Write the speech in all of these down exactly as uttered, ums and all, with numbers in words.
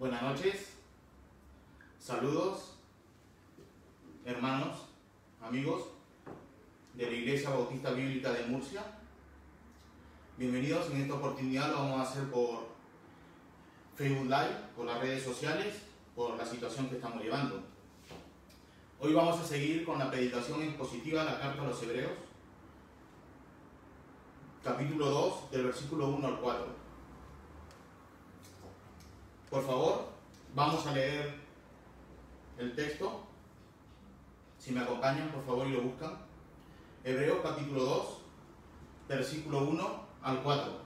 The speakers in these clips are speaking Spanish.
Buenas noches, saludos, hermanos, amigos de la Iglesia Bautista Bíblica de Murcia. Bienvenidos. En esta oportunidad lo vamos a hacer por Facebook Live, por las redes sociales, por la situación que estamos llevando. Hoy vamos a seguir con la predicación expositiva de la carta a los Hebreos, capítulo dos, del versículo uno al cuatro. Por favor, vamos a leer el texto. Si me acompañan, por favor, y lo buscan. Hebreos capítulo dos, versículo uno al cuatro.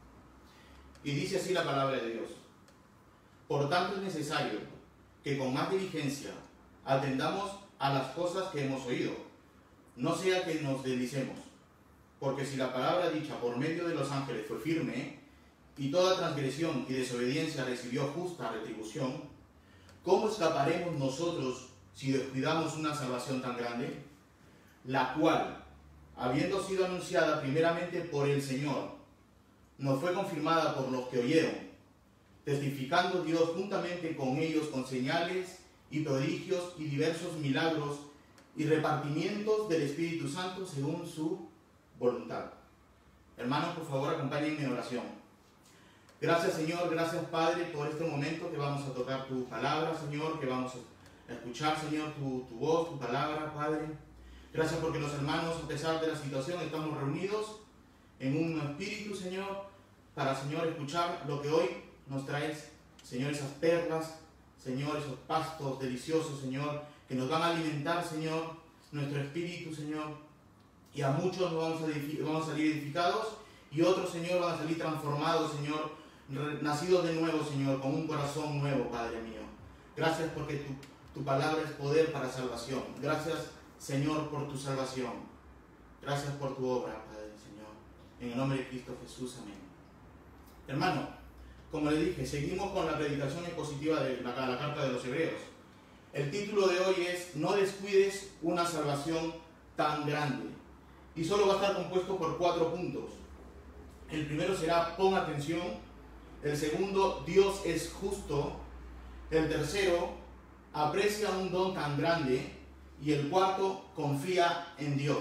Y dice así la palabra de Dios: Por tanto es necesario que con más diligencia atendamos a las cosas que hemos oído, no sea que nos deslicemos. Porque si la palabra dicha por medio de los ángeles fue firme, y toda transgresión y desobediencia recibió justa retribución, ¿cómo escaparemos nosotros si descuidamos una salvación tan grande? La cual, habiendo sido anunciada primeramente por el Señor, nos fue confirmada por los que oyeron, testificando Dios juntamente con ellos con señales y prodigios y diversos milagros y repartimientos del Espíritu Santo según su voluntad. Hermanos, por favor, acompáñenme en oración. Gracias, Señor, gracias, Padre, por este momento que vamos a tocar tu palabra, Señor, que vamos a escuchar, Señor, tu, tu voz, tu palabra, Padre. Gracias porque los hermanos, a pesar de la situación, estamos reunidos en un espíritu, Señor, para, Señor, escuchar lo que hoy nos traes, Señor, esas perlas, Señor, esos pastos deliciosos, Señor, que nos van a alimentar, Señor, nuestro espíritu, Señor, y a muchos nos vamos a, vamos a salir edificados y otros, Señor, van a salir transformados, Señor, nacidos de nuevo, Señor, con un corazón nuevo, Padre mío. Gracias porque tu, tu palabra es poder para salvación. Gracias, Señor, por tu salvación. Gracias por tu obra, Padre, Señor. En el nombre de Cristo Jesús, amén. Hermano, como le dije, seguimos con la predicación expositiva de la, la carta de los Hebreos. El título de hoy es No descuides una salvación tan grande. Y solo va a estar compuesto por cuatro puntos. El primero será pon atención. El segundo, Dios es justo. El tercero, aprecia un don tan grande. Y el cuarto, confía en Dios.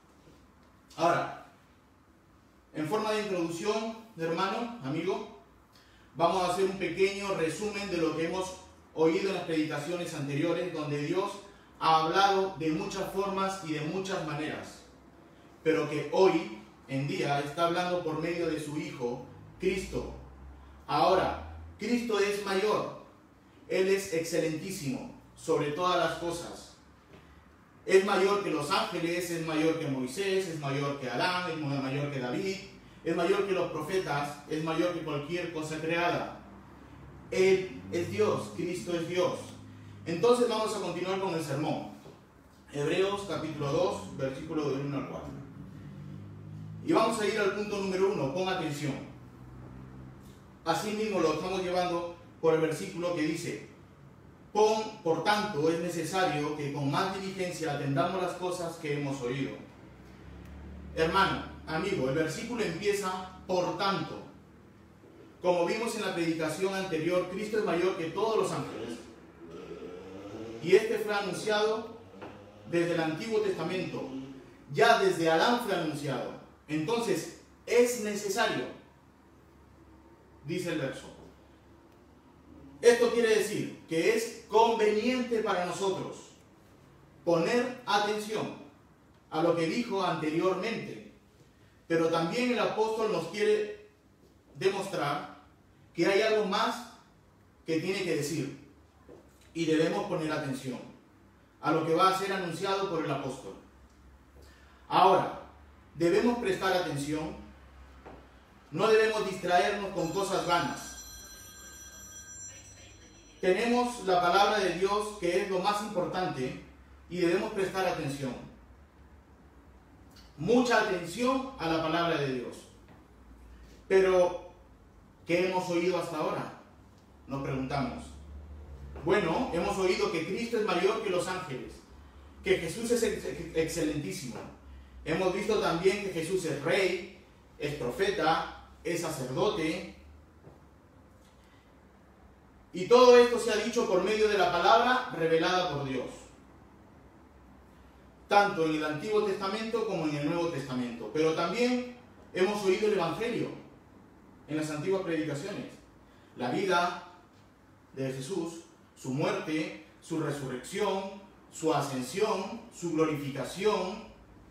Ahora, en forma de introducción, hermano, amigo, vamos a hacer un pequeño resumen de lo que hemos oído en las predicaciones anteriores, donde Dios ha hablado de muchas formas y de muchas maneras, pero que hoy en día está hablando por medio de su Hijo, Cristo. Ahora, Cristo es mayor, Él es excelentísimo sobre todas las cosas. Es mayor que los ángeles, es mayor que Moisés, es mayor que Adán, es mayor que David, es mayor que los profetas, es mayor que cualquier cosa creada. Él es Dios, Cristo es Dios. Entonces vamos a continuar con el sermón. Hebreos capítulo dos, versículo del uno al cuatro. Y vamos a ir al punto número uno, pon atención. Así mismo lo estamos llevando por el versículo que dice: Pon, por tanto, es necesario que con más diligencia atendamos las cosas que hemos oído. Hermano, amigo, el versículo empieza por tanto. Como vimos en la predicación anterior, Cristo es mayor que todos los ángeles. Y este fue anunciado desde el Antiguo Testamento. Ya desde Adán fue anunciado. Entonces, es necesario, dice el verso. Esto quiere decir que es conveniente para nosotros poner atención a lo que dijo anteriormente. Pero también el apóstol nos quiere demostrar que hay algo más que tiene que decir. Y debemos poner atención a lo que va a ser anunciado por el apóstol. Ahora, debemos prestar atención. No debemos distraernos con cosas vanas. Tenemos la palabra de Dios, que es lo más importante, y debemos prestar atención. Mucha atención a la palabra de Dios. Pero, ¿qué hemos oído hasta ahora? Nos preguntamos. Bueno, hemos oído que Cristo es mayor que los ángeles, que Jesús es ex excelentísimo. Hemos visto también que Jesús es rey, es profeta, es sacerdote. Y todo esto se ha dicho por medio de la palabra revelada por Dios, tanto en el Antiguo Testamento como en el Nuevo Testamento. Pero también hemos oído el Evangelio en las antiguas predicaciones. La vida de Jesús, su muerte, su resurrección, su ascensión, su glorificación.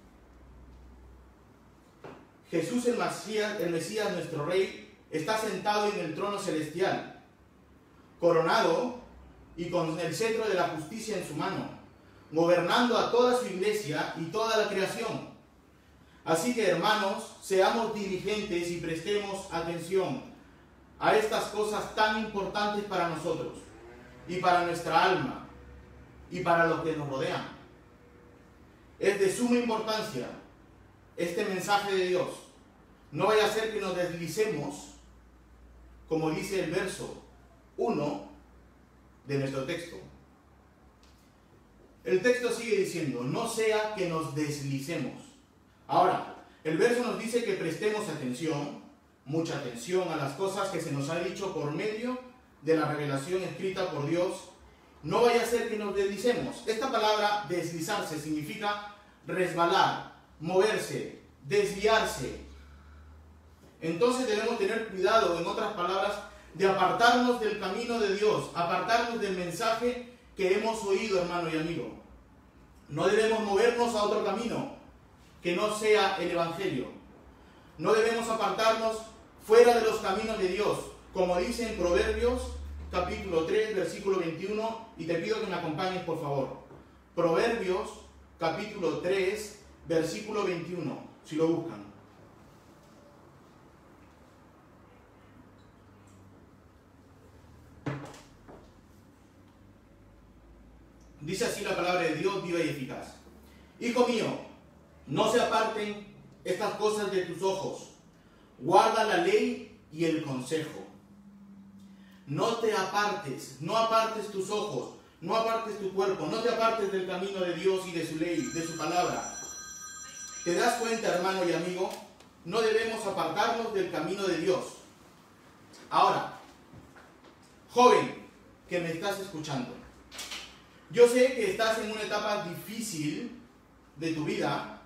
Jesús el Mesías, el Mesías, nuestro Rey, está sentado en el trono celestial, coronado y con el cetro de la justicia en su mano, gobernando a toda su iglesia y toda la creación. Así que, hermanos, seamos diligentes y prestemos atención a estas cosas tan importantes para nosotros y para nuestra alma y para los que nos rodean. Es de suma importancia este mensaje de Dios. No vaya a ser que nos deslicemos, como dice el verso uno de nuestro texto. El texto sigue diciendo, no sea que nos deslicemos. Ahora, el verso nos dice que prestemos atención, mucha atención a las cosas que se nos ha dicho por medio de la revelación escrita por Dios. No vaya a ser que nos deslicemos. Esta palabra deslizarse significa resbalar, moverse, desviarse. Entonces debemos tener cuidado, en otras palabras, de apartarnos del camino de Dios, apartarnos del mensaje que hemos oído, hermano y amigo. No debemos movernos a otro camino que no sea el Evangelio. No debemos apartarnos fuera de los caminos de Dios, como dice en Proverbios capítulo tres, versículo veintiuno, y te pido que me acompañes, por favor. Proverbios capítulo tres, versículo veintiuno, si lo buscan. Dice así la palabra de Dios, viva y eficaz. Hijo mío, no se aparten estas cosas de tus ojos. Guarda la ley y el consejo. No te apartes, no apartes tus ojos, no apartes tu cuerpo, no te apartes del camino de Dios y de su ley, de su palabra. ¿Te das cuenta, hermano y amigo? No debemos apartarnos del camino de Dios. Ahora, joven que me estás escuchando, yo sé que estás en una etapa difícil de tu vida,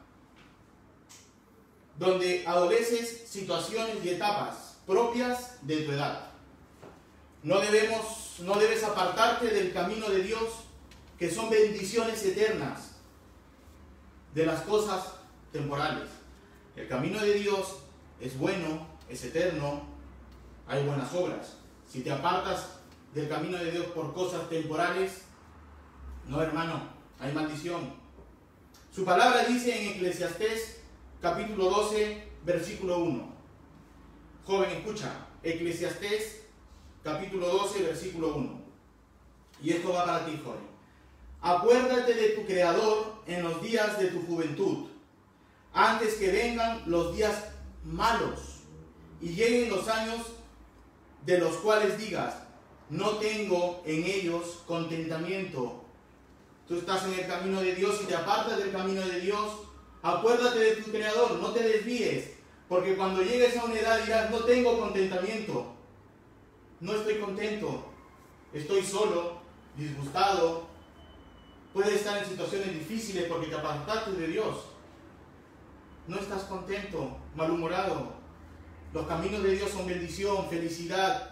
donde adoleces situaciones y etapas propias de tu edad. No debemos, no debes apartarte del camino de Dios, que son bendiciones eternas, de las cosas temporales. El camino de Dios es bueno, es eterno, hay buenas obras. Si te apartas del camino de Dios por cosas temporales, no, hermano, hay maldición. Su palabra dice en Eclesiastés capítulo doce, versículo uno. Joven, escucha, Eclesiastés capítulo doce, versículo uno. Y esto va para ti, joven. Acuérdate de tu Creador en los días de tu juventud, antes que vengan los días malos y lleguen los años de los cuales digas, no tengo en ellos contentamiento. Tú estás en el camino de Dios y te apartas del camino de Dios. Acuérdate de tu Creador, no te desvíes, porque cuando llegues a una edad dirás, no tengo contentamiento, no estoy contento, estoy solo, disgustado. Puedes estar en situaciones difíciles porque te apartaste de Dios. No estás contento, malhumorado. Los caminos de Dios son bendición, felicidad.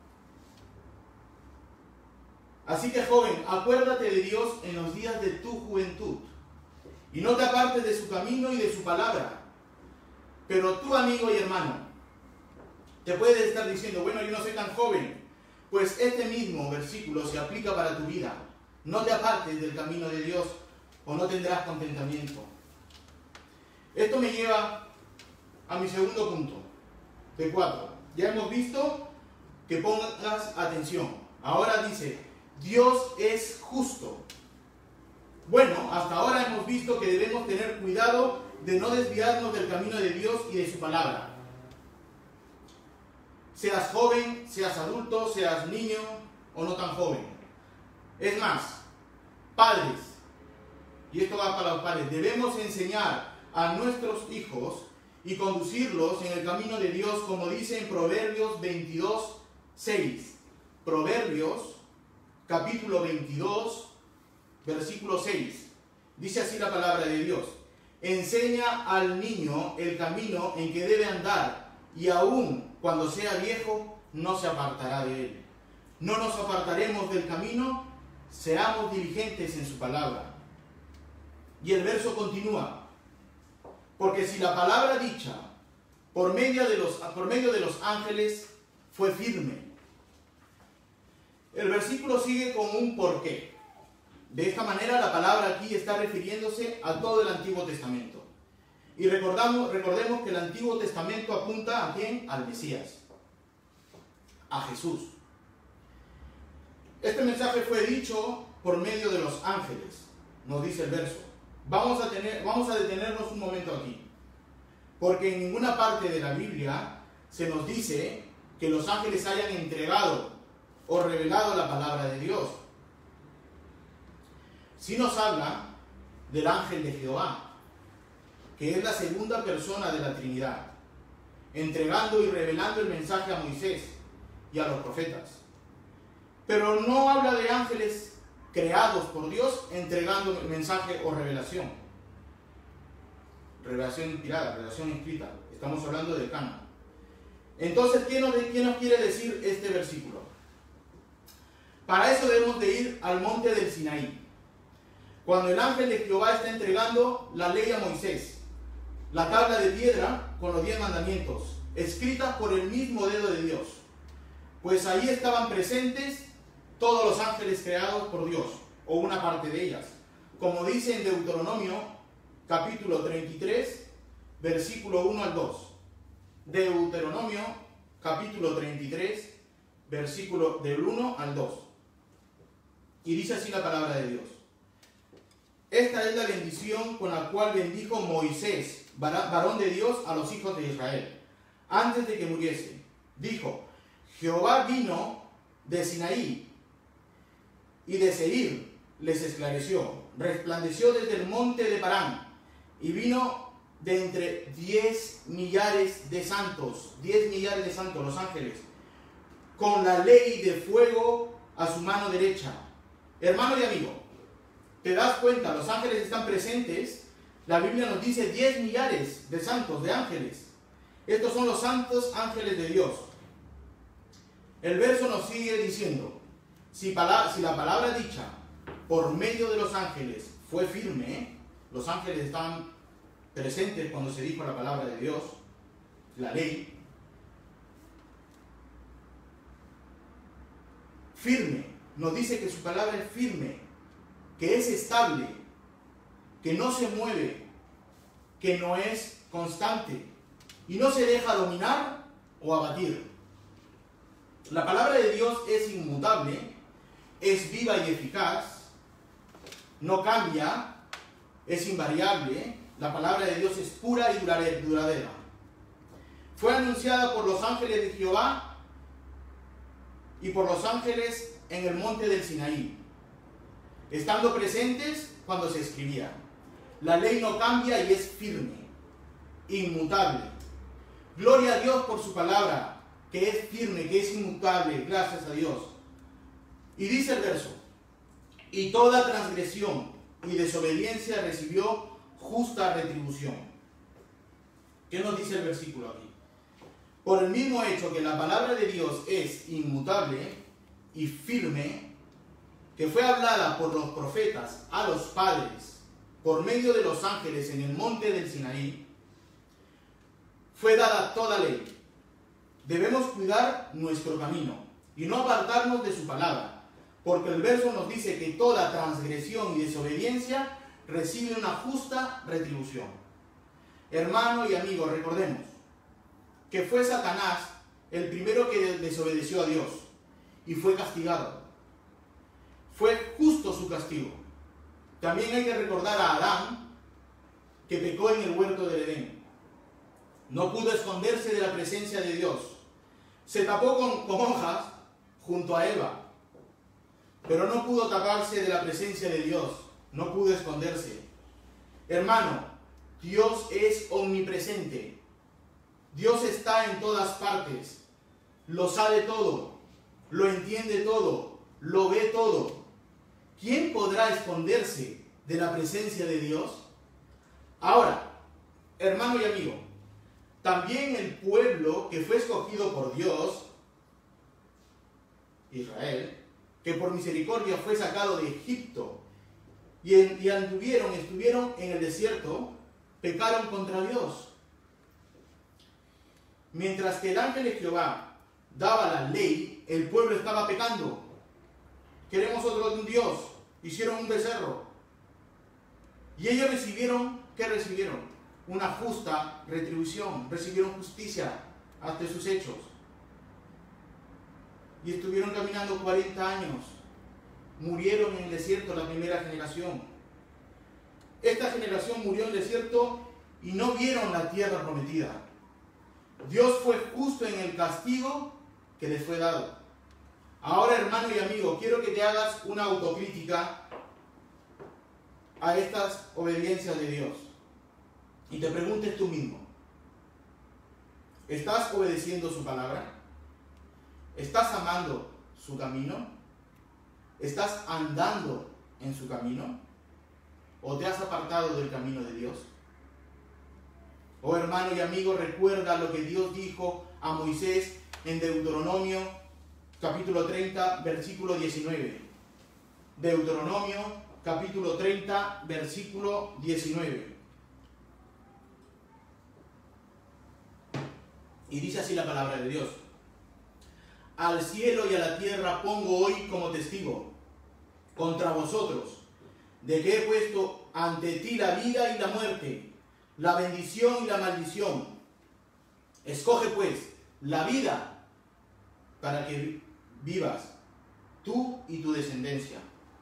Así que, joven, acuérdate de Dios en los días de tu juventud y no te apartes de su camino y de su palabra. Pero tú, amigo y hermano, te puedes estar diciendo, bueno, yo no soy tan joven. Pues este mismo versículo se aplica para tu vida. No te apartes del camino de Dios o no tendrás contentamiento. Esto me lleva a mi segundo punto, de cuatro. Ya hemos visto que pongas atención. Ahora dice, Dios es justo. Bueno, hasta ahora hemos visto que debemos tener cuidado de no desviarnos del camino de Dios y de su palabra. Seas joven, seas adulto, seas niño o no tan joven. Es más, padres, y esto va para los padres, debemos enseñar a nuestros hijos y conducirlos en el camino de Dios, como dice en Proverbios veintidós, seis. Proverbios, capítulo veintidós, versículo seis. Dice así la palabra de Dios: enseña al niño el camino en que debe andar, y aun cuando sea viejo no se apartará de él. No nos apartaremos del camino, seamos diligentes en su palabra. Y el verso continúa: porque si la palabra dicha por medio de los, por medio de los ángeles fue firme. El versículo sigue con un porqué. De esta manera la palabra aquí está refiriéndose a todo el Antiguo Testamento. Y recordamos, recordemos que el Antiguo Testamento apunta ¿a quién? Al Mesías, a Jesús. Este mensaje fue dicho por medio de los ángeles, nos dice el verso. Vamos a, tener, vamos a detenernos un momento aquí, porque en ninguna parte de la Biblia se nos dice que los ángeles hayan entregado o revelado la palabra de Dios. Sí nos habla del ángel de Jehová, que es la segunda persona de la Trinidad, entregando y revelando el mensaje a Moisés y a los profetas. Pero no habla de ángeles creados por Dios entregando mensaje o revelación. Revelación inspirada, revelación escrita. Estamos hablando de Cana. Entonces, ¿qué nos, ¿qué nos quiere decir este versículo? Para eso debemos de ir al monte del Sinaí, cuando el ángel de Jehová está entregando la ley a Moisés, la tabla de piedra con los diez mandamientos, escritas por el mismo dedo de Dios. Pues ahí estaban presentes todos los ángeles creados por Dios, o una parte de ellas, como dice en Deuteronomio capítulo treinta y tres, versículo uno al dos. Deuteronomio capítulo treinta y tres, versículo del uno al dos. Y dice así la palabra de Dios: esta es la bendición con la cual bendijo Moisés, varón de Dios, a los hijos de Israel, antes de que muriese. Dijo: Jehová vino de Sinaí, y de Seir les esclareció, resplandeció desde el monte de Parán, y vino de entre diez millares de santos, diez millares de santos, los ángeles, con la ley de fuego a su mano derecha. Hermano y amigo, ¿te das cuenta? Los ángeles están presentes. La Biblia nos dice diez millares de santos, de ángeles. Estos son los santos ángeles de Dios. El verso nos sigue diciendo: si, pala- si la palabra dicha por medio de los ángeles fue firme, ¿eh? Los ángeles estaban presentes cuando se dijo la palabra de Dios, la ley. Firme, nos dice que su palabra es firme, que es estable, que no se mueve, que no es constante y no se deja dominar o abatir. La palabra de Dios es inmutable, es viva y eficaz, no cambia, es invariable. La palabra de Dios es pura y duradera. Fue anunciada por los ángeles de Jehová y por los ángeles en el monte del Sinaí, estando presentes cuando se escribía. La ley no cambia y es firme, inmutable. Gloria a Dios por su palabra, que es firme, que es inmutable, gracias a Dios. Y dice el verso: y toda transgresión y desobediencia recibió justa retribución. ¿Qué nos dice el versículo aquí? Por el mismo hecho que la palabra de Dios es inmutable y firme, que fue hablada por los profetas a los padres por medio de los ángeles en el monte del Sinaí, fue dada toda ley. Debemos cuidar nuestro camino y no apartarnos de su palabra, porque el verso nos dice que toda transgresión y desobediencia recibe una justa retribución. Hermano y amigo, recordemos que fue Satanás el primero que desobedeció a Dios y fue castigado. Fue justo su castigo. También hay que recordar a Adán, que pecó en el huerto del Edén. No pudo esconderse de la presencia de Dios. Se tapó con, con hojas junto a Eva, pero no pudo taparse de la presencia de Dios. No pudo esconderse. Hermano, Dios es omnipresente. Dios está en todas partes. Lo sabe todo. lo entiende todo, lo ve todo. ¿Quién podrá esconderse de la presencia de Dios? Ahora, hermano y amigo, también el pueblo que fue escogido por Dios, Israel, que por misericordia fue sacado de Egipto y, en, y anduvieron, estuvieron en el desierto, pecaron contra Dios. Mientras que el ángel de Jehová daba la ley, el pueblo estaba pecando. Queremos otro de un Dios. Hicieron un becerro. Y ellos recibieron, ¿qué recibieron? Una justa retribución. Recibieron justicia ante sus hechos. Y estuvieron caminando cuarenta años. Murieron en el desierto la primera generación. Esta generación murió en el desierto y no vieron la tierra prometida. Dios fue justo en el castigo que les fue dado. Ahora, hermano y amigo, quiero que te hagas una autocrítica a estas obediencias de Dios. Y te preguntes tú mismo, ¿estás obedeciendo su palabra? ¿Estás amando su camino? ¿Estás andando en su camino? ¿O te has apartado del camino de Dios? Oh hermano y amigo, recuerda lo que Dios dijo a Moisés en Deuteronomio capítulo treinta, versículo diecinueve. Deuteronomio capítulo treinta, versículo diecinueve. Y dice así la palabra de Dios: al cielo y a la tierra pongo hoy como testigo contra vosotros, de que he puesto ante ti la vida y la muerte, la bendición y la maldición. Escoge pues la vida para que vivas tú y tu descendencia.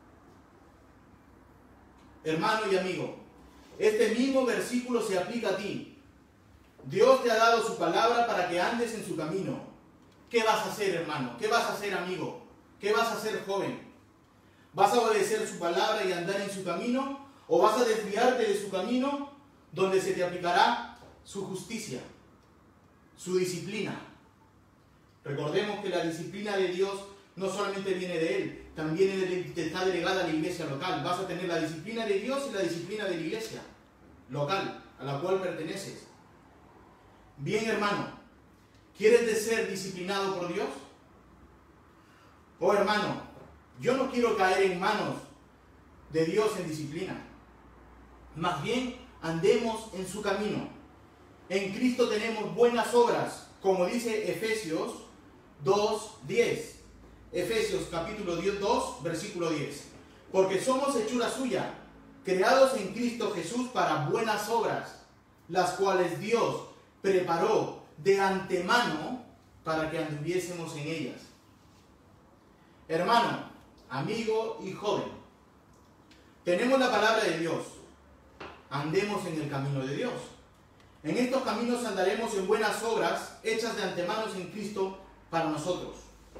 Hermano y amigo, este mismo versículo se aplica a ti. Dios te ha dado su palabra para que andes en su camino. ¿Qué vas a hacer, hermano? ¿Qué vas a hacer, amigo? ¿Qué vas a hacer, joven? ¿Vas a obedecer su palabra y andar en su camino? ¿O vas a desviarte de su camino, donde se te aplicará su justicia, su disciplina? Recordemos que la disciplina de Dios no solamente viene de Él, también te está delegada a la iglesia local. Vas a tener la disciplina de Dios y la disciplina de la iglesia local, a la cual perteneces. Bien, hermano, ¿quieres de ser disciplinado por Dios? Oh, hermano, yo no quiero caer en manos de Dios en disciplina. Más bien, andemos en su camino. En Cristo tenemos buenas obras, como dice Efesios dos, diez. Efesios capítulo dos, versículo diez. Porque somos hechura suya, creados en Cristo Jesús para buenas obras, las cuales Dios preparó de antemano para que anduviésemos en ellas. Hermano, amigo y joven, tenemos la palabra de Dios. Andemos en el camino de Dios. En estos caminos andaremos en buenas obras hechas de antemano en Cristo para nosotros.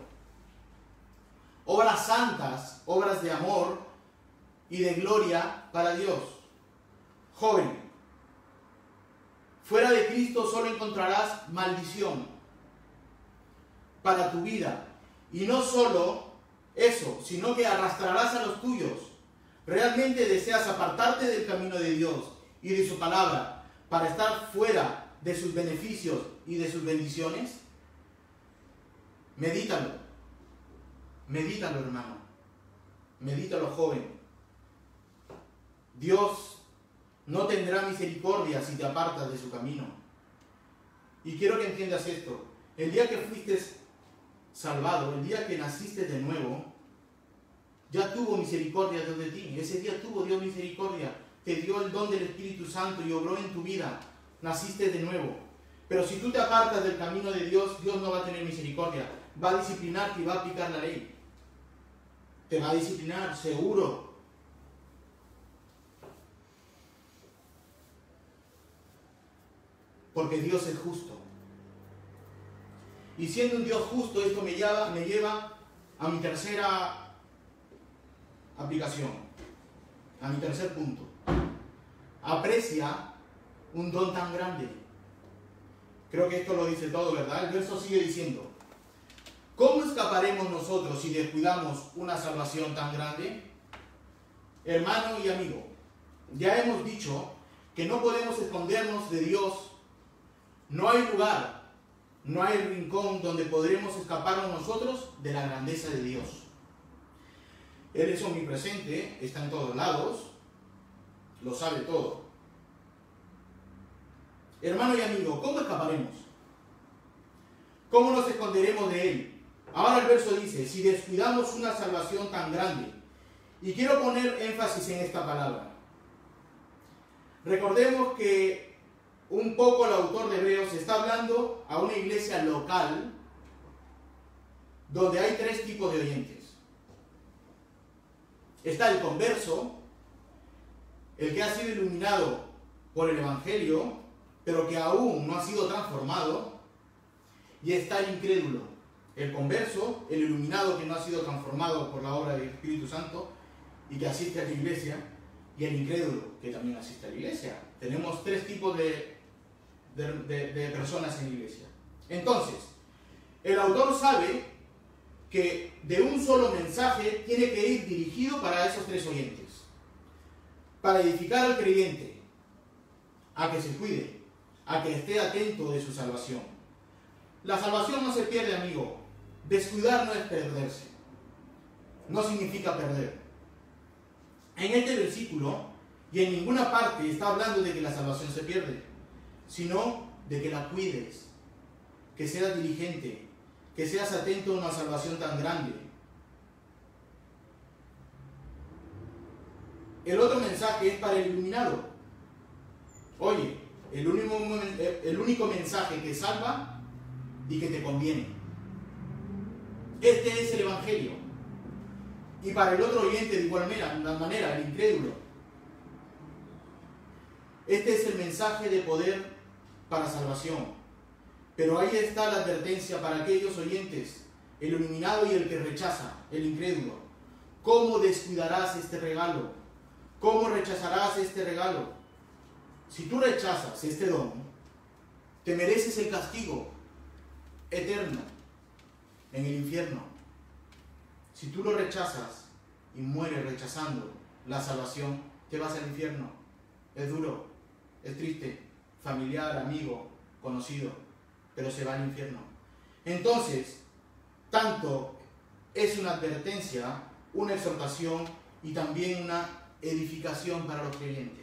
Obras santas, obras de amor y de gloria para Dios. Joven, fuera de Cristo solo encontrarás maldición para tu vida. Y no solo eso, sino que arrastrarás a los tuyos. ¿Realmente deseas apartarte del camino de Dios y de su palabra para estar fuera de sus beneficios y de sus bendiciones? Medítalo. Medítalo, hermano. Medítalo, joven. Dios no tendrá misericordia si te apartas de su camino. Y quiero que entiendas esto. El día que fuiste salvado, el día que naciste de nuevo, ya tuvo misericordia Dios de ti. Ese día tuvo Dios misericordia. Te dio el don del Espíritu Santo y obró en tu vida. Naciste de nuevo. Pero si tú te apartas del camino de Dios, Dios no va a tener misericordia. Va a disciplinarte y va a aplicar la ley. Te va a disciplinar, seguro. Porque Dios es justo. Y siendo un Dios justo, esto me lleva, me lleva a mi tercera aplicación, a mi tercer punto. Aprecia un don tan grande. Creo que esto lo dice todo, ¿verdad? El verso sigue diciendo: ¿Cómo escaparemos nosotros si descuidamos una salvación tan grande? Hermano y amigo, ya hemos dicho que no podemos escondernos de Dios. No hay lugar, no hay rincón donde podremos escaparnos nosotros de la grandeza de Dios. Él es omnipresente, está en todos lados, lo sabe todo. Hermano y amigo, ¿cómo escaparemos? ¿Cómo nos esconderemos de Él? Ahora el verso dice, si descuidamos una salvación tan grande. Y quiero poner énfasis en esta palabra. Recordemos que un poco el autor de Hebreos está hablando a una iglesia local donde hay tres tipos de oyentes. Está el converso, el que ha sido iluminado por el Evangelio, pero que aún no ha sido transformado. Y está el incrédulo, el converso, el iluminado que no ha sido transformado por la obra del Espíritu Santo y que asiste a la iglesia, y el incrédulo que también asiste a la iglesia. Tenemos tres tipos de, de, de, de personas en la iglesia. Entonces, el autor sabe que de un solo mensaje tiene que ir dirigido para esos tres oyentes, para edificar al creyente, a que se cuide, a que esté atento de su salvación. La salvación no se pierde, amigo. Descuidar no es perderse. No significa perder. En este versículo, y en ninguna parte está hablando de que la salvación se pierde, sino de que la cuides, que seas diligente, que seas atento a una salvación tan grande. El otro mensaje es para el iluminado. Oye, el único, el único mensaje que salva y que te conviene. Este es el Evangelio. Y para el otro oyente de igual manera, el incrédulo. Este es el mensaje de poder para salvación. Pero ahí está la advertencia para aquellos oyentes, el iluminado y el que rechaza, el incrédulo. ¿Cómo descuidarás este regalo? ¿Cómo rechazarás este regalo? Si tú rechazas este don, te mereces el castigo eterno en el infierno. Si tú lo rechazas y mueres rechazando la salvación, te vas al infierno. Es duro, es triste, familiar, amigo, conocido, pero se va al infierno. Entonces, tanto es una advertencia, una exhortación y también una edificación para los creyentes.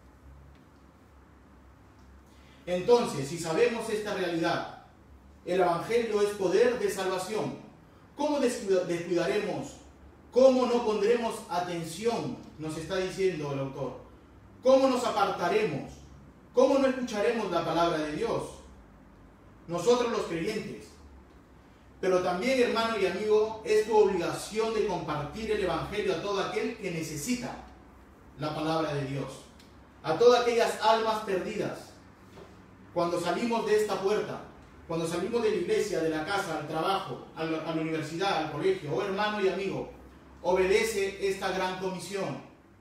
Entonces, si sabemos esta realidad, el Evangelio es poder de salvación, ¿cómo descuidaremos? ¿Cómo no pondremos atención? Nos está diciendo el autor. ¿Cómo nos apartaremos? ¿Cómo no escucharemos la palabra de Dios? Nosotros los creyentes. Pero también, hermano y amigo, es tu obligación de compartir el Evangelio a todo aquel que necesita la palabra de Dios. A todas aquellas almas perdidas. Cuando salimos de esta puerta, cuando salimos de la iglesia, de la casa, al trabajo, a la, a la universidad, al colegio, oh hermano y amigo, obedece esta gran comisión.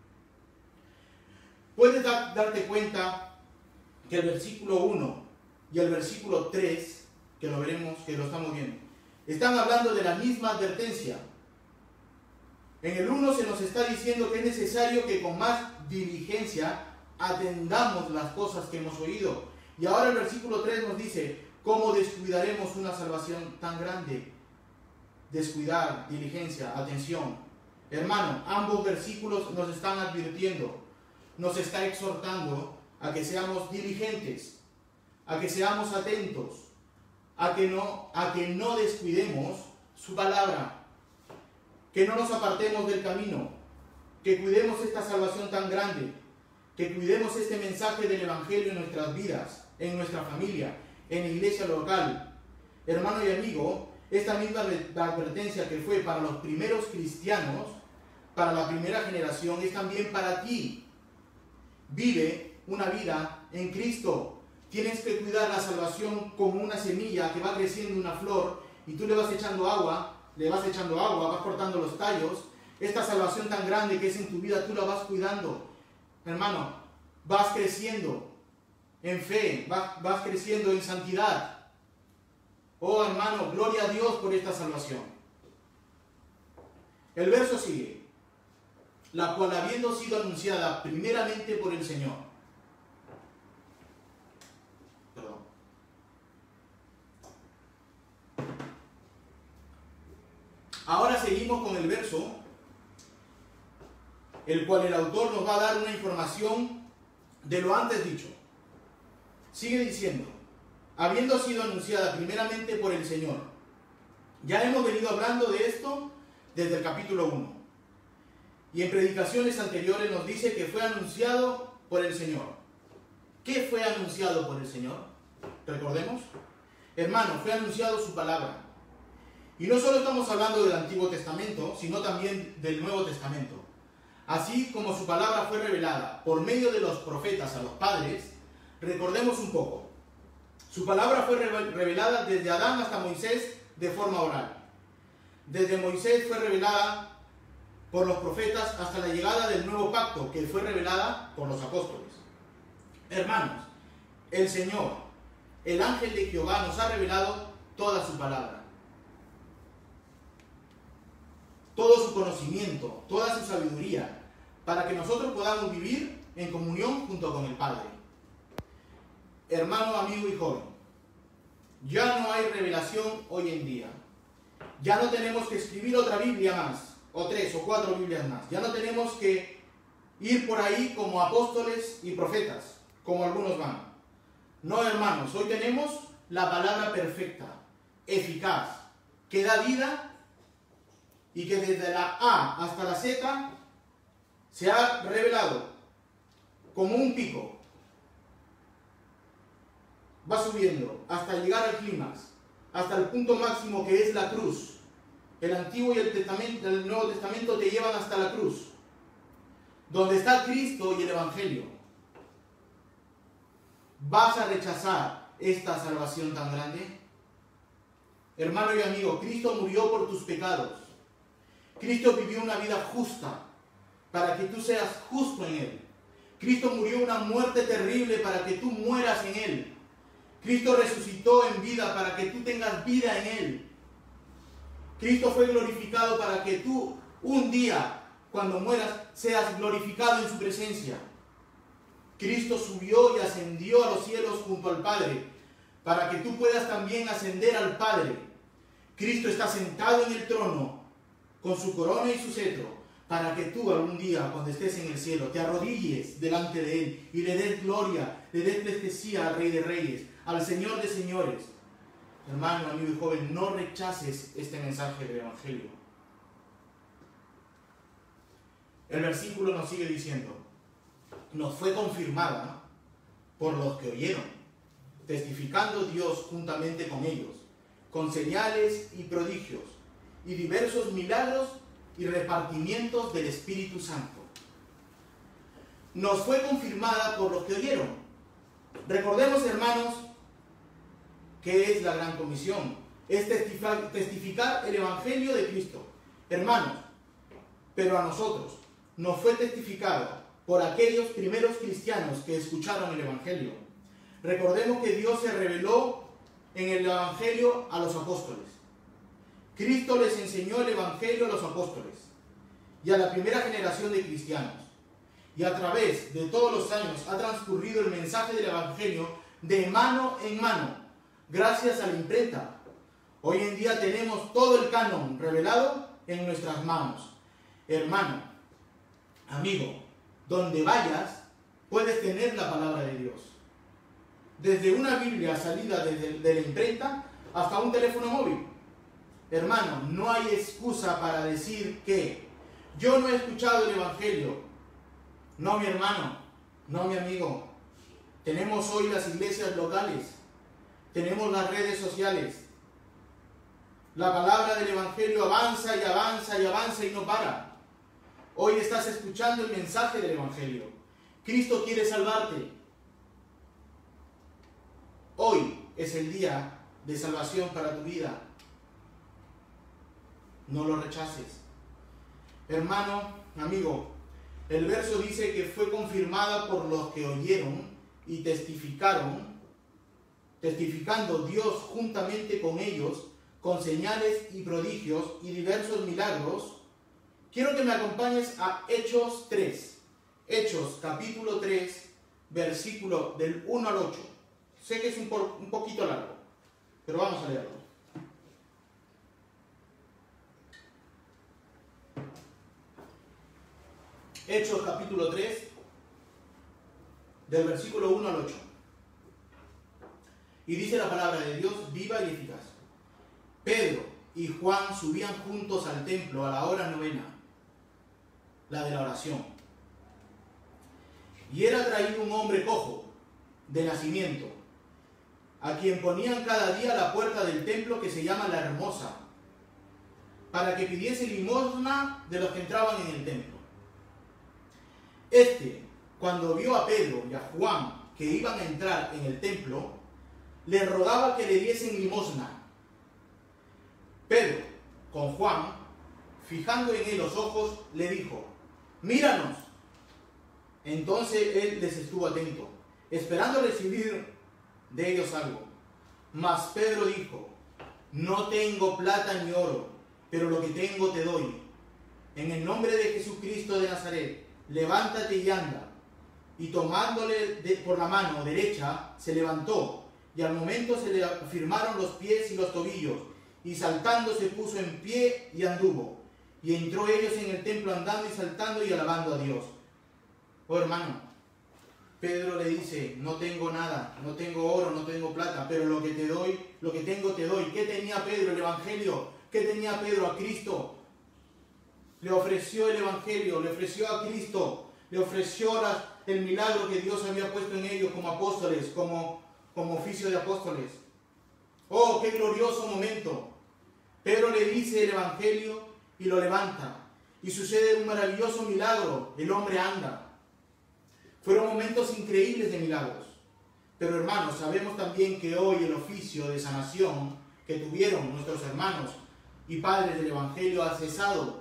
Puedes da, darte cuenta que el versículo uno y el versículo tres, que lo veremos, que lo estamos viendo, están hablando de la misma advertencia. En el uno se nos está diciendo que es necesario que con más diligencia atendamos las cosas que hemos oído. Y ahora el versículo tres nos dice, ¿cómo descuidaremos una salvación tan grande? Descuidar, diligencia, atención. Hermano, ambos versículos nos están advirtiendo, nos está exhortando a que seamos diligentes, a que seamos atentos, a que no, a que no descuidemos su palabra, que no nos apartemos del camino, que cuidemos esta salvación tan grande, que cuidemos este mensaje del Evangelio en nuestras vidas, en nuestra familia, en la iglesia local. Hermano y amigo, esta misma advertencia que fue para los primeros cristianos, para la primera generación, es también para ti. Vive una vida en Cristo. Tienes que cuidar la salvación como una semilla que va creciendo una flor y tú le vas echando agua, le vas echando agua, vas cortando los tallos. Esta salvación tan grande que es en tu vida, tú la vas cuidando. Hermano, vas creciendo en fe, vas, vas creciendo en santidad. Oh hermano, gloria a Dios por esta salvación. El verso sigue. La cual habiendo sido anunciada primeramente por el Señor. Perdón. Ahora seguimos con el verso, el cual el autor nos va a dar una información de lo antes dicho. Sigue diciendo, habiendo sido anunciada primeramente por el Señor. Ya hemos venido hablando de esto desde el capítulo uno. Y en predicaciones anteriores nos dice que fue anunciado por el Señor. ¿Qué fue anunciado por el Señor? Recordemos. Hermano, fue anunciado su palabra. Y no solo estamos hablando del Antiguo Testamento, sino también del Nuevo Testamento. Así como su palabra fue revelada por medio de los profetas a los padres, recordemos un poco. Su palabra fue revelada desde Adán hasta Moisés de forma oral. Desde Moisés fue revelada por los profetas hasta la llegada del nuevo pacto, que fue revelada por los apóstoles. Hermanos, el Señor, el ángel de Jehová, nos ha revelado toda su palabra. Todo su conocimiento, toda su sabiduría, para que nosotros podamos vivir en comunión junto con el Padre. Hermano, amigo y joven, ya no hay revelación hoy en día. Ya no tenemos que escribir otra Biblia más, o tres o cuatro Biblias más. Ya no tenemos que ir por ahí como apóstoles y profetas, como algunos van. No, hermanos, hoy tenemos la palabra perfecta, eficaz, que da vida y que desde la A hasta la Z se ha revelado como un pico. Va subiendo hasta llegar al clímax, hasta el punto máximo que es la cruz. El Antiguo y el, Testamento, el Nuevo Testamento te llevan hasta la cruz, donde está Cristo y el Evangelio. ¿Vas a rechazar esta salvación tan grande? Hermano y amigo, Cristo murió por tus pecados. Cristo vivió una vida justa para que tú seas justo en Él. Cristo murió una muerte terrible para que tú mueras en Él. Cristo resucitó en vida para que tú tengas vida en Él. Cristo fue glorificado para que tú un día, cuando mueras, seas glorificado en su presencia. Cristo subió y ascendió a los cielos junto al Padre, para que tú puedas también ascender al Padre. Cristo está sentado en el trono, con su corona y su cetro, para que tú algún día, cuando estés en el cielo, te arrodilles delante de Él y le des gloria, le des pleitesía al Rey de Reyes, al Señor de Señores. Hermano, amigo y joven, no rechaces este mensaje del Evangelio. El versículo nos sigue diciendo, nos fue confirmada por los que oyeron, testificando Dios juntamente con ellos, con señales y prodigios, y diversos milagros y repartimientos del Espíritu Santo. Nos fue confirmada por los que oyeron. Recordemos, hermanos, ¿qué es la gran comisión? Es testificar el Evangelio de Cristo. Hermanos, pero a nosotros nos fue testificado por aquellos primeros cristianos que escucharon el Evangelio. Recordemos que Dios se reveló en el Evangelio a los apóstoles. Cristo les enseñó el Evangelio a los apóstoles y a la primera generación de cristianos. Y a través de todos los años ha transcurrido el mensaje del Evangelio de mano en mano, gracias a la imprenta. Hoy en día tenemos todo el canon revelado en nuestras manos. Hermano, amigo, donde vayas, puedes tener la palabra de Dios. Desde una Biblia salida desde, de la imprenta hasta un teléfono móvil. Hermano, no hay excusa para decir que yo no he escuchado el Evangelio. No, mi hermano, no, mi amigo. Tenemos hoy las iglesias locales. Tenemos las redes sociales. La palabra del Evangelio avanza y avanza y avanza y no para. Hoy estás escuchando el mensaje del Evangelio. Cristo quiere salvarte. Hoy es el día de salvación para tu vida. No lo rechaces. Hermano, amigo, el verso dice que fue confirmada por los que oyeron y testificaron testificando Dios juntamente con ellos, con señales y prodigios y diversos milagros. Quiero que me acompañes a Hechos tres. Hechos capítulo tres, versículo del uno al ocho. Sé que es un, po un poquito largo, pero vamos a leerlo. Hechos capítulo tres, del versículo uno al ocho. Y dice la palabra de Dios viva y eficaz. Pedro y Juan subían juntos al templo a la hora novena, la de la oración. Y era traído un hombre cojo, de nacimiento, a quien ponían cada día a la puerta del templo que se llama La Hermosa, para que pidiese limosna de los que entraban en el templo. Este, cuando vio a Pedro y a Juan que iban a entrar en el templo, le rogaba que le diesen limosna. Pedro, con Juan, fijando en él los ojos, le dijo: míranos. Entonces él les estuvo atento, esperando recibir de ellos algo. Mas Pedro dijo: no tengo plata ni oro, pero lo que tengo te doy. En el nombre de Jesucristo de Nazaret, levántate y anda. Y tomándole de, por la mano derecha, se levantó, y al momento se le firmaron los pies y los tobillos, y saltando se puso en pie y anduvo. Y entró ellos en el templo andando y saltando y alabando a Dios. Oh hermano, Pedro le dice: no tengo nada, no tengo oro, no tengo plata, pero lo que te doy, lo que tengo te doy. ¿Qué tenía Pedro? El Evangelio. ¿Qué tenía Pedro? A Cristo. Le ofreció el Evangelio, le ofreció a Cristo, le ofreció la, el milagro que Dios había puesto en ellos como apóstoles, como, como oficio de apóstoles. ¡Oh, qué glorioso momento! Pedro le dice el Evangelio y lo levanta. Y sucede un maravilloso milagro. El hombre anda. Fueron momentos increíbles de milagros. Pero hermanos, sabemos también que hoy el oficio de sanación que tuvieron nuestros hermanos y padres del Evangelio ha cesado.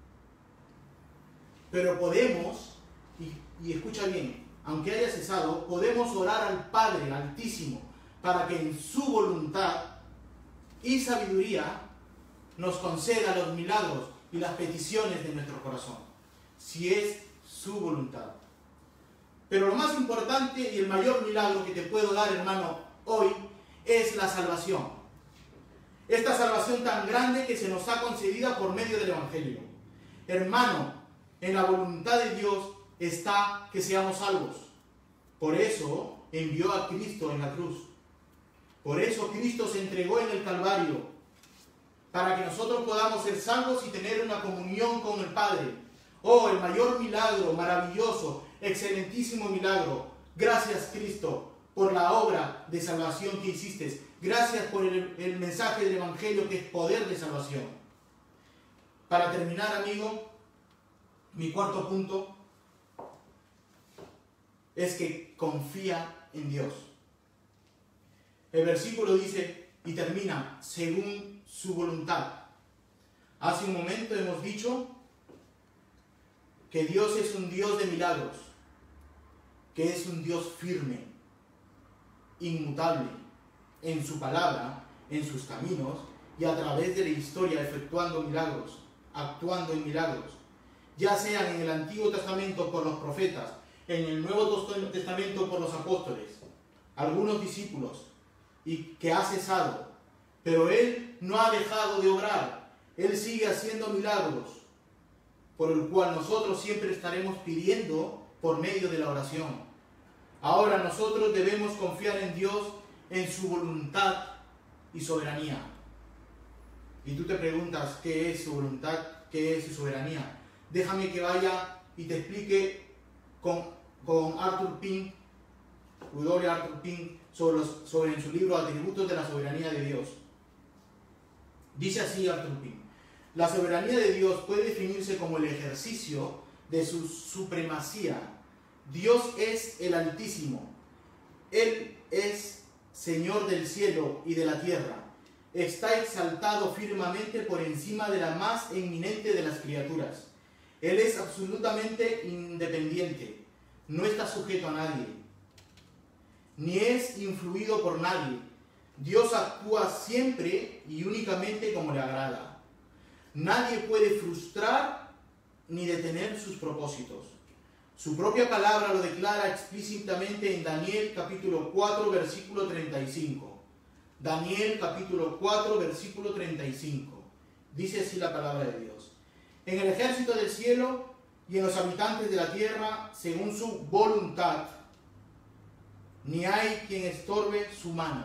Pero podemos, y, y escucha bien, aunque haya cesado, podemos orar al Padre Altísimo para que en su voluntad y sabiduría nos conceda los milagros y las peticiones de nuestro corazón, si es su voluntad. Pero lo más importante y el mayor milagro que te puedo dar, hermano, hoy es la salvación. Esta salvación tan grande que se nos ha concedida por medio del Evangelio. Hermano, en la voluntad de Dios está que seamos salvos. Por eso envió a Cristo en la cruz. Por eso Cristo se entregó en el Calvario, para que nosotros podamos ser salvos y tener una comunión con el Padre. Oh, el mayor milagro, maravilloso, excelentísimo milagro. Gracias, Cristo, por la obra de salvación que hiciste. Gracias por el, el mensaje del Evangelio, que es poder de salvación. Para terminar, amigo, mi cuarto punto es que confía en Dios. El versículo dice y termina: según su voluntad. Hace un momento hemos dicho que Dios es un Dios de milagros, que es un Dios firme, inmutable en su palabra, en sus caminos y a través de la historia, efectuando milagros, actuando en milagros, ya sean en el Antiguo Testamento por los profetas, en el Nuevo Testamento por los apóstoles, algunos discípulos, y que ha cesado, pero Él no ha dejado de obrar. Él sigue haciendo milagros, por el cual nosotros siempre estaremos pidiendo por medio de la oración. Ahora nosotros debemos confiar en Dios, en su voluntad y soberanía. Y tú te preguntas, ¿qué es su voluntad? ¿Qué es su soberanía? Déjame que vaya y te explique con, con Arthur Pink, W. Arthur Pink, sobre, los, sobre en su libro Atributos de la Soberanía de Dios. Dice así Arthur Pink: la soberanía de Dios puede definirse como el ejercicio de su supremacía. Dios es el Altísimo. Él es Señor del cielo y de la tierra. Está exaltado firmemente por encima de la más eminente de las criaturas. Él es absolutamente independiente. No está sujeto a nadie, ni es influido por nadie. Dios actúa siempre y únicamente como le agrada. Nadie puede frustrar ni detener sus propósitos. Su propia palabra lo declara explícitamente en Daniel capítulo cuatro, versículo treinta y cinco. Daniel capítulo cuatro, versículo treinta y cinco. Dice así la palabra de Dios. En el ejército del cielo y en los habitantes de la tierra, según su voluntad, ni hay quien estorbe su mano.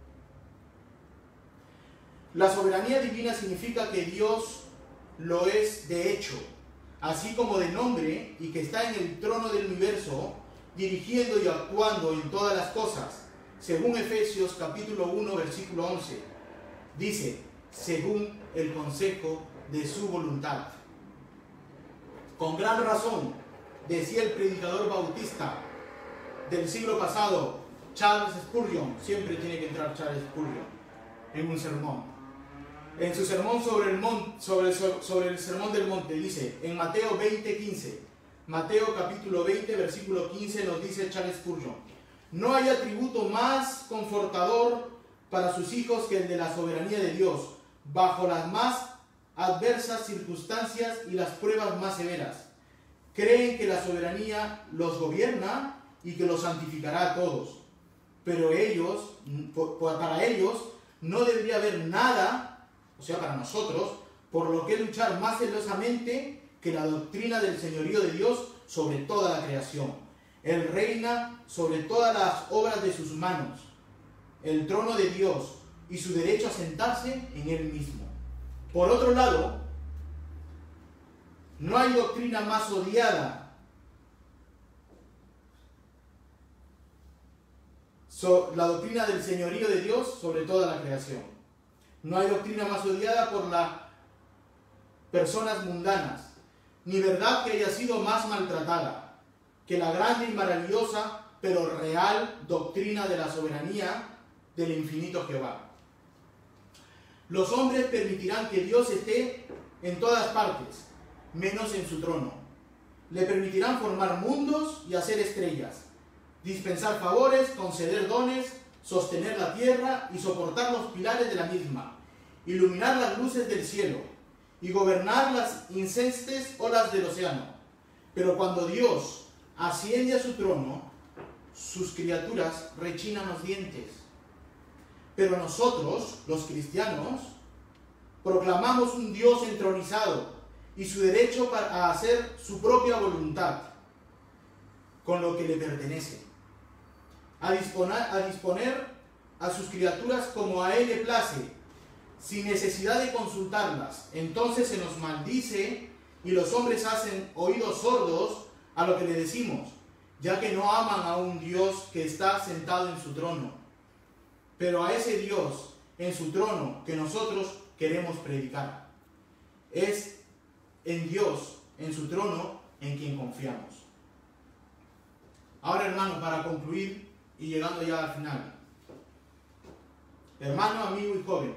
La soberanía divina significa que Dios lo es de hecho, así como de nombre, y que está en el trono del universo, dirigiendo y actuando en todas las cosas, según Efesios capítulo uno, versículo once. Dice, según el consejo de su voluntad. Con gran razón, decía el predicador bautista del siglo pasado, Charles Spurgeon, siempre tiene que entrar Charles Spurgeon en un sermón. En su sermón sobre el, mon, sobre, el, sobre el sermón del monte, dice, en Mateo veinte, quince, Mateo capítulo veinte, versículo quince, nos dice Charles Spurgeon, no hay atributo más confortador para sus hijos que el de la soberanía de Dios, bajo las más adversas circunstancias y las pruebas más severas. Creen que la soberanía los gobierna y que los santificará a todos. Pero ellos, para ellos, no debería haber nada, o sea, para nosotros, por lo que luchar más celosamente que la doctrina del señorío de Dios sobre toda la creación. Él reina sobre todas las obras de sus manos, el trono de Dios y su derecho a sentarse en él mismo. Por otro lado, no hay doctrina más odiada so, la doctrina del señorío de Dios sobre toda la creación. No hay doctrina más odiada por las personas mundanas, ni verdad que haya sido más maltratada que la grande y maravillosa, pero real doctrina de la soberanía del infinito Jehová. Los hombres permitirán que Dios esté en todas partes, menos en su trono. Le permitirán formar mundos y hacer estrellas, dispensar favores, conceder dones, sostener la tierra y soportar los pilares de la misma, iluminar las luces del cielo y gobernar las incestes olas del océano. Pero cuando Dios asciende a su trono, sus criaturas rechinan los dientes. Pero nosotros, los cristianos, proclamamos un Dios entronizado y su derecho a hacer su propia voluntad con lo que le pertenece, a disponer, a disponer a sus criaturas como a Él le place, sin necesidad de consultarlas. Entonces se nos maldice y los hombres hacen oídos sordos a lo que le decimos, ya que no aman a un Dios que está sentado en su trono. Pero a ese Dios en su trono que nosotros queremos predicar. Es en Dios, en su trono, en quien confiamos. Ahora, hermano, para concluir y llegando ya al final. Hermano, amigo y joven,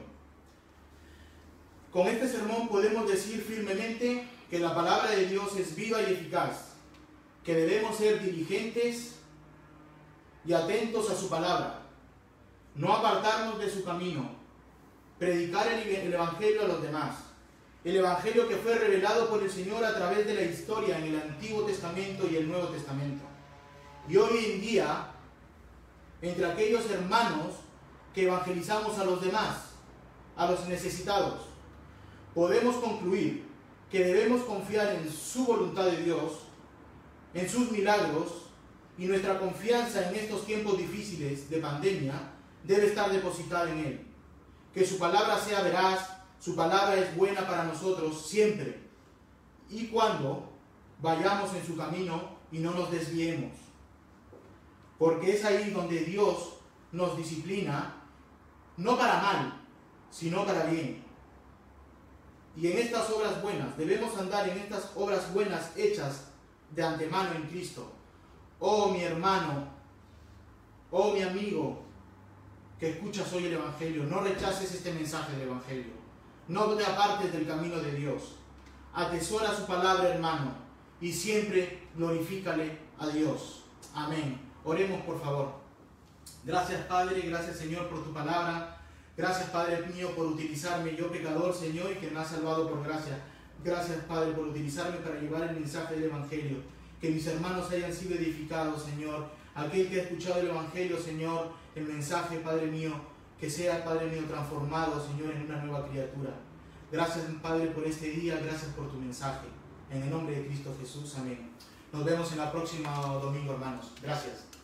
con este sermón podemos decir firmemente que la palabra de Dios es viva y eficaz, que debemos ser diligentes y atentos a su palabra, no apartarnos de su camino, predicar el, el Evangelio a los demás, el Evangelio que fue revelado por el Señor a través de la historia en el Antiguo Testamento y el Nuevo Testamento. Y hoy en día, entre aquellos hermanos que evangelizamos a los demás, a los necesitados, podemos concluir que debemos confiar en su voluntad de Dios, en sus milagros, y nuestra confianza en estos tiempos difíciles de pandemia debe estar depositada en Él. Que su palabra sea veraz, su palabra es buena para nosotros siempre, y cuando vayamos en su camino y no nos desviemos. Porque es ahí donde Dios nos disciplina, no para mal, sino para bien. Y en estas obras buenas, debemos andar en estas obras buenas hechas de antemano en Cristo. Oh mi hermano, oh mi amigo, que escuchas hoy el Evangelio, no rechaces este mensaje del Evangelio. No te apartes del camino de Dios. Atesora su palabra, hermano, y siempre glorifícale a Dios. Amén. Oremos, por favor. Gracias, Padre, gracias, Señor, por tu palabra. Gracias, Padre mío, por utilizarme, yo pecador, Señor, y que me has salvado por gracia. Gracias, Padre, por utilizarme para llevar el mensaje del Evangelio. Que mis hermanos hayan sido edificados, Señor. Aquel que ha escuchado el Evangelio, Señor, el mensaje, Padre mío, que sea, Padre mío, transformado, Señor, en una nueva criatura. Gracias, Padre, por este día. Gracias por tu mensaje. En el nombre de Cristo Jesús. Amén. Nos vemos en la próxima domingo, hermanos. Gracias.